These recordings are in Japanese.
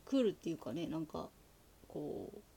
クールっていうかね、なんかこう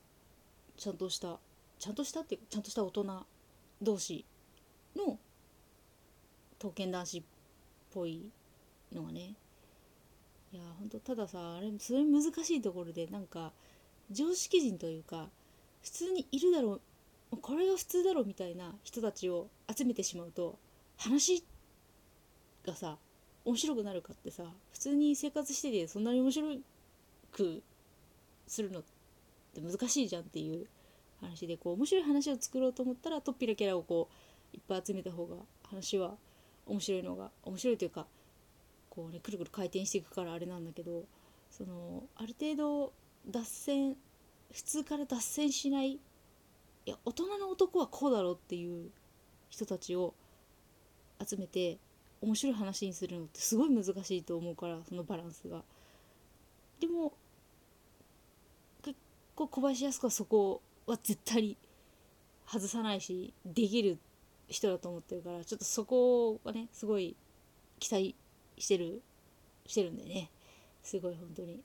ちゃんとしたっていうかちゃんとした大人同士の刀剣男子っぽいのがね、いやほんとたださ、あれそれ難しいところで、なんか常識人というか普通にいるだろう、これが普通だろうみたいな人たちを集めてしまうと、話がさ面白くなるかってさ、普通に生活しててそんなに面白くするのって難しいじゃんっていう話で、こう面白い話を作ろうと思ったらとっぴなキャラをこういっぱい集めた方が話は面白いというか、こうねくるくる回転していくからあれなんだけど、そのある程度脱線普通から脱線しない、いや大人の男はこうだろうっていう人たちを集めて面白い話にするのってすごい難しいと思うから、そのバランスが。でも結構小林靖子はそこは絶対に外さないしできる人だと思ってるから、ちょっとそこはねすごい期待してるんでね、すごい本当に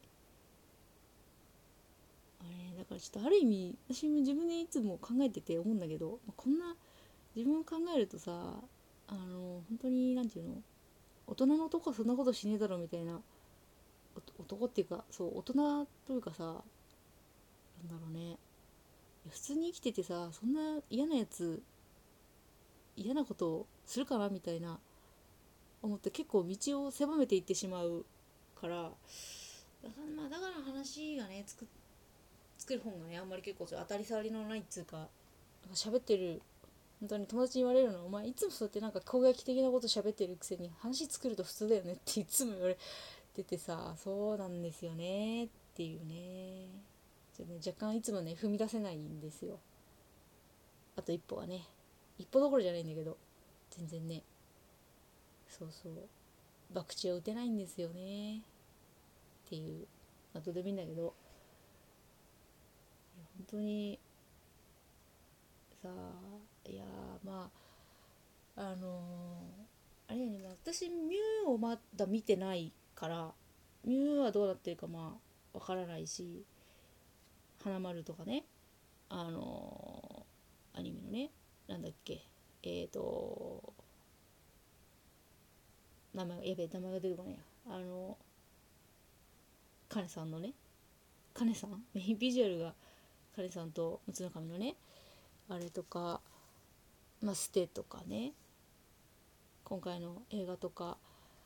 あれだから、ちょっとある意味私も自分でいつも考えてて思うんだけど、こんな自分を考えるとさ、本当になんていうの、大人の男はそんなことしねえだろみたいな、男っていうかそう大人というかさ、なんだろうね、普通に生きててさ、そんな嫌なことをするかなみたいな思って結構道を狭めていってしまうから、だから話がね作る本がね、あんまり結構当たり障りのないっつうか、なんか喋ってる、本当に友達に言われるのは、お前いつもそうやってなんか攻撃的なこと喋ってるくせに話作ると普通だよねっていつも言われててさ、そうなんですよねっていうね、ちょっとね若干いつもね踏み出せないんですよ、あと一歩はね、一歩どころじゃないんだけど、全然ね、そうそう、博打を打てないんですよねっていう、まあ、どうでもいいんだけど、本当にさ、いやまああれやね、私ミュウをまだ見てないから、ミュウはどうなってるかまあわからないし、花丸とかね、アニメのね、なんだっけ、えっ、ー、と名前が出てこないや、カネさんのね、カネさんメインビジュアルがカネさんと六つの神のね、あれとか、まあステとかね、今回の映画とか、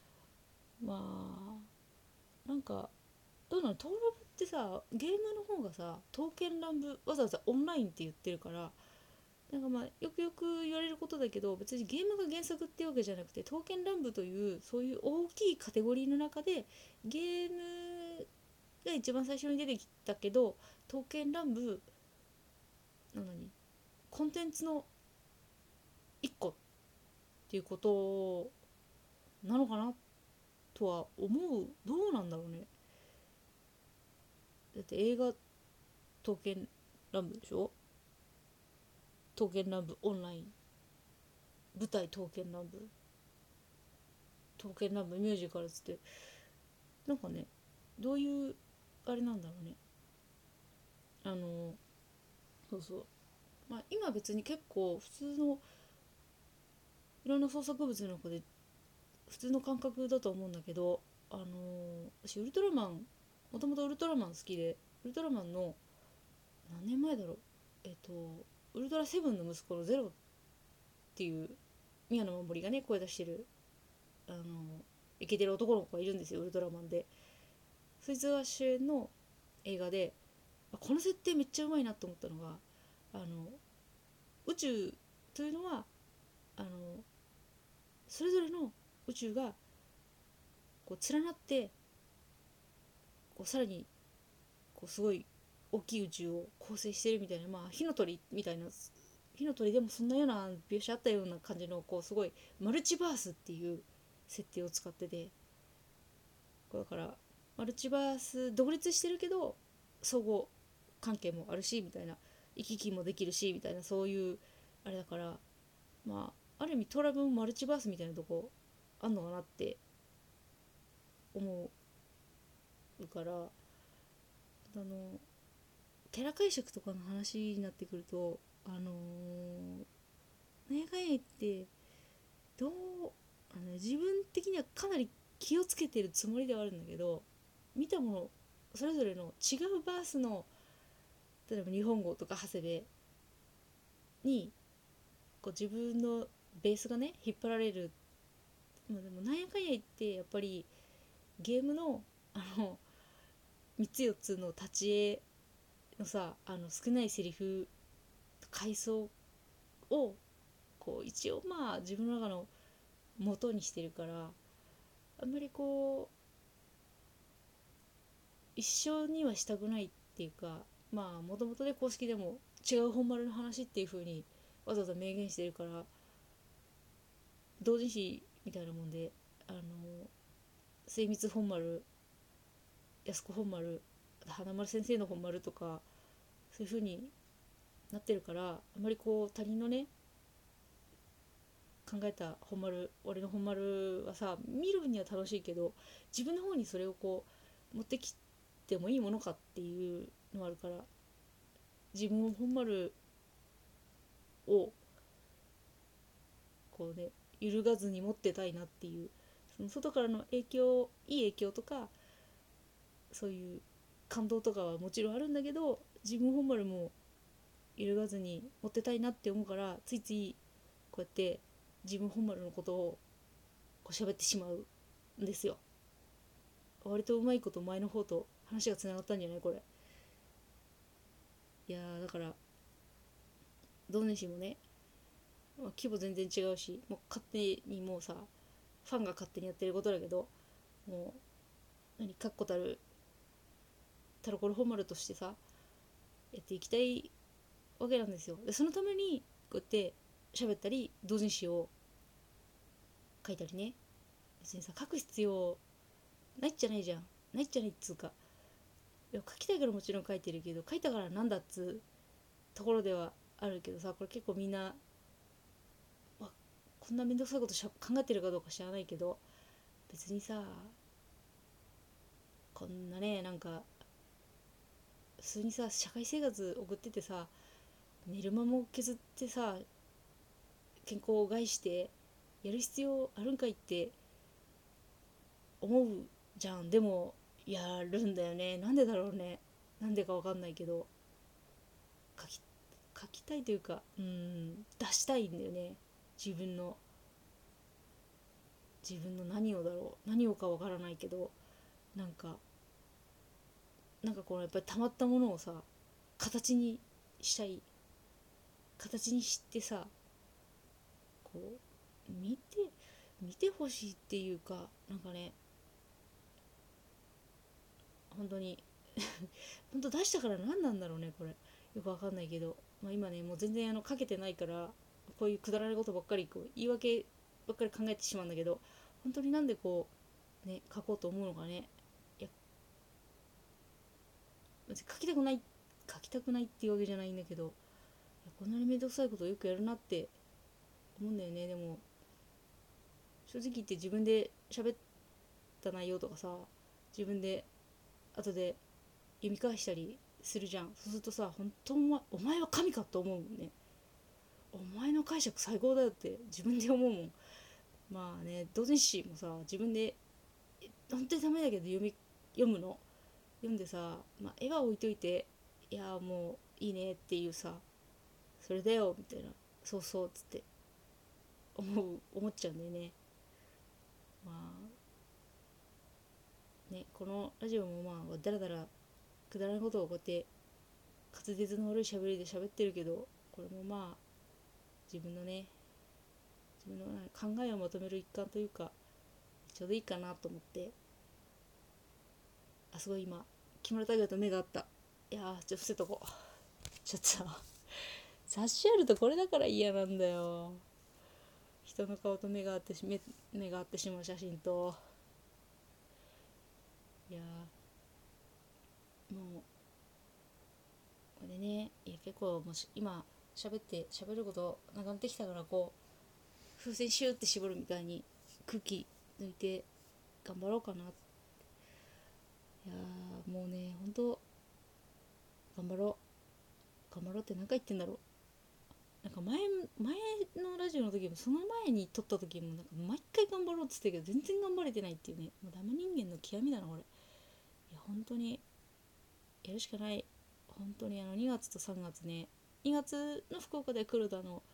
まあなんかどうなの、トーラブってさ、ゲームの方がさ刀剣乱舞わざわざオンラインって言ってるから、なんかまあよくよく言われることだけど、別にゲームが原作ってわけじゃなくて、刀剣乱舞というそういう大きいカテゴリーの中でゲームが一番最初に出てきたけど、刀剣乱舞なのにコンテンツの一個っていうことなのかなとは思う。どうなんだろうね。だって映画刀剣乱舞でしょ、刀剣乱舞オンライン、舞台刀剣乱舞、刀剣乱舞ミュージカルっつって、なんかね、どういうあれなんだろうね、あのそうそう、まあ今別に結構普通のいろんな創作物の中で普通の感覚だと思うんだけど、私ウルトラマン、もともとウルトラマン好きで、ウルトラマンの何年前だろう、ウルトラセブンの息子のゼロっていう宮野真守がね声出してる、あのイケてる男の子がいるんですよ、ウルトラマンで。そいつが主演の映画で、この設定めっちゃうまいなと思ったのが、あの宇宙というのはあのそれぞれの宇宙がこう連なってこうさらにこうすごい大きい宇宙を構成してるみたいな、まあ火の鳥みたいな、火の鳥でもそんなような描写あったような感じの、こうすごいマルチバースっていう設定を使ってて、だからマルチバース独立してるけど相互関係もあるしみたいな、行き来もできるしみたいな、そういうあれだから、まあある意味トラブもマルチバースみたいなとこあんのかなって思うから、 寺解釈とかの話になってくるとなんやかんや言ってどう自分的にはかなり気をつけてるつもりではあるんだけど、見たものそれぞれの違うバースの、例えば日本語とか長谷部にこう自分のベースがね引っ張られる。まあ、でもなんやかんや言ってやっぱりゲームの3つ4つの立ち絵のさ、少ないセリフ回想をこう一応まあ自分の中の元にしてるから、あんまりこう一緒にはしたくないっていうか、まあもともとで公式でも違う本丸の話っていう風にわざわざ明言してるから、同人誌みたいなもんで精密本丸、安子本丸、花丸先生の本丸とかそういう風になってるから、あんまりこう他人のね考えた本丸、俺の本丸はさ見るには楽しいけど、自分の方にそれをこう持ってきてもいいものかっていうのがあるから、自分本丸をこうね揺るがずに持ってたいなっていう、その外からの影響、いい影響とかそういう感動とかはもちろんあるんだけど、自分本丸も揺るがずに持ってたいなって思うから、ついついこうやって自分本丸のことをこう喋ってしまうんですよ。割とうまいこと前の方と話がつながったんじゃないこれ。いやだから同年誌もね、規模全然違うし、もう勝手にもうさファンが勝手にやってることだけど、もう確固たるタロコロ本丸としてさやっていきたいわけなんですよ。でそのためにこうやって喋ったり同人誌を書いたりね、別にさ書く必要ないっちゃないじゃん。ないっちゃないっつうか、いや書きたいからもちろん書いてるけど、書いたからなんだっつうところではあるけどさ、これ結構みんなこんなめんどくさいこと考えてるかどうか知らないけど、別にさこんなね普通にさ社会生活送っててさ、寝る間も削ってさ健康を害してやる必要あるんかいって思うじゃん。でもやるんだよね。なんでだろうね。なんでかわかんないけど書き書きたいというか、出したいんだよね。自分の何をだろう、何をかわからないけど、なんかこのやっぱり溜まったものをさ形にしたい、形にしてさこう見てほしいっていうか、なんかね本当に本当出したから何なんだろうねこれ、よくわかんないけど、まあ、今ねもう全然書けてないから、こういうくだらないことばっかりこう言い訳ばっかり考えてしまうんだけど、本当になんでこうね書こうと思うのかね。いや別に書きたくないっていうわけじゃないんだけど、いやこんなにめんどくさいことをよくやるなって思うんだよね。でも正直言って自分で喋った内容とかさ、自分で後で読み返したりするじゃん。そうするとさ、本当お前は神かと思うもんね。お前の解釈最高だよって自分で思うもん。まあね、同人誌もさ自分で本当にダメだけど読むの、読んでさ、まあ、絵は置いといて、いやもういいねっていうさ、それだよみたいな、そうそうっつって思っちゃうんだよね。まあね、このラジオもまあだらだらくだらないことをこうやって滑舌の悪い喋りで喋ってるけど、これもまあ自分のね自分の考えをまとめる一環というかちょうどいいかなと思って。すごい今木村拓哉と目が合った。いやちょっと伏せとこう。ちょっとさ雑誌あるとこれだから嫌なんだよ。人の顔と目が合ってしまう写真と、いやもうこれね、いや結構もし今喋ることなくなってきたから、こう風船シューって絞るみたいに空気抜いて頑張ろうかな。いやもうねほんと頑張ろう頑張ろうって何回言ってんだろう。なんか前のラジオの時もその前に撮った時もなんか毎回頑張ろうっつってたけど全然頑張れてないっていうね、もうダメ人間の極みだなこれ。いや本当にやるしかない。本当に2月と3月ね、2月の福岡で黒田の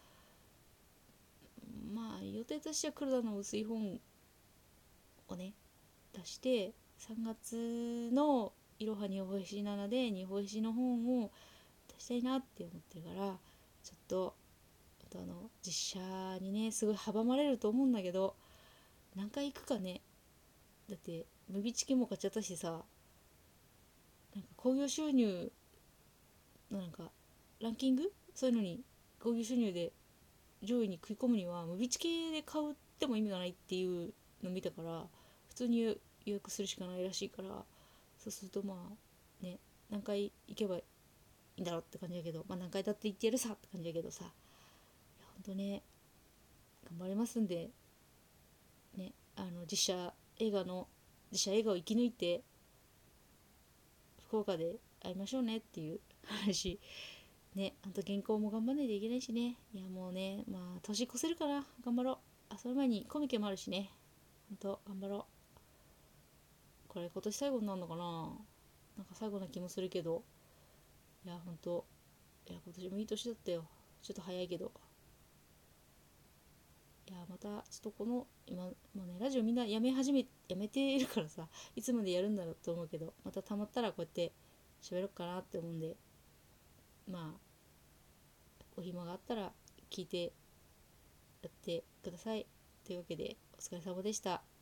まあ予定としては黒田の薄い本をね出して、3月のいろはにほへし7でにほへしの本を出したいなって思ってるから、ちょっと実写にねすごい阻まれると思うんだけど、何回行くかね。だってムビチケも買っちゃったしさ、なんか興行収入のなんかランキング、そういうのに興行収入で上位に食い込むにはムビチケで買うっても意味がないっていうのを見たから、普通に予約するしかないらしいから、そうするとまあね、何回行けばいいんだろうって感じだけど、まあ何回だって行ってやるさって感じだけどさ、いやほんとね頑張りますんでね、実写映画を生き抜いて福岡で会いましょうねっていう話ね。あと原稿も頑張らないといけないしね。いやもうね、まあ年越せるかな、頑張ろう。あ、その前にコミケもあるしね、ほんと頑張ろう。これ今年最後になるのかな、なんか最後な気もするけど、いやほんと、いや今年もいい年だったよ。ちょっと早いけど、いやまたちょっとこの今もうねラジオみんなやめているからさ、いつまでやるんだろうと思うけど、またたまったらこうやって喋ろうかなって思うんで、まあお暇があったら聞いてやってください。というわけでお疲れ様でした。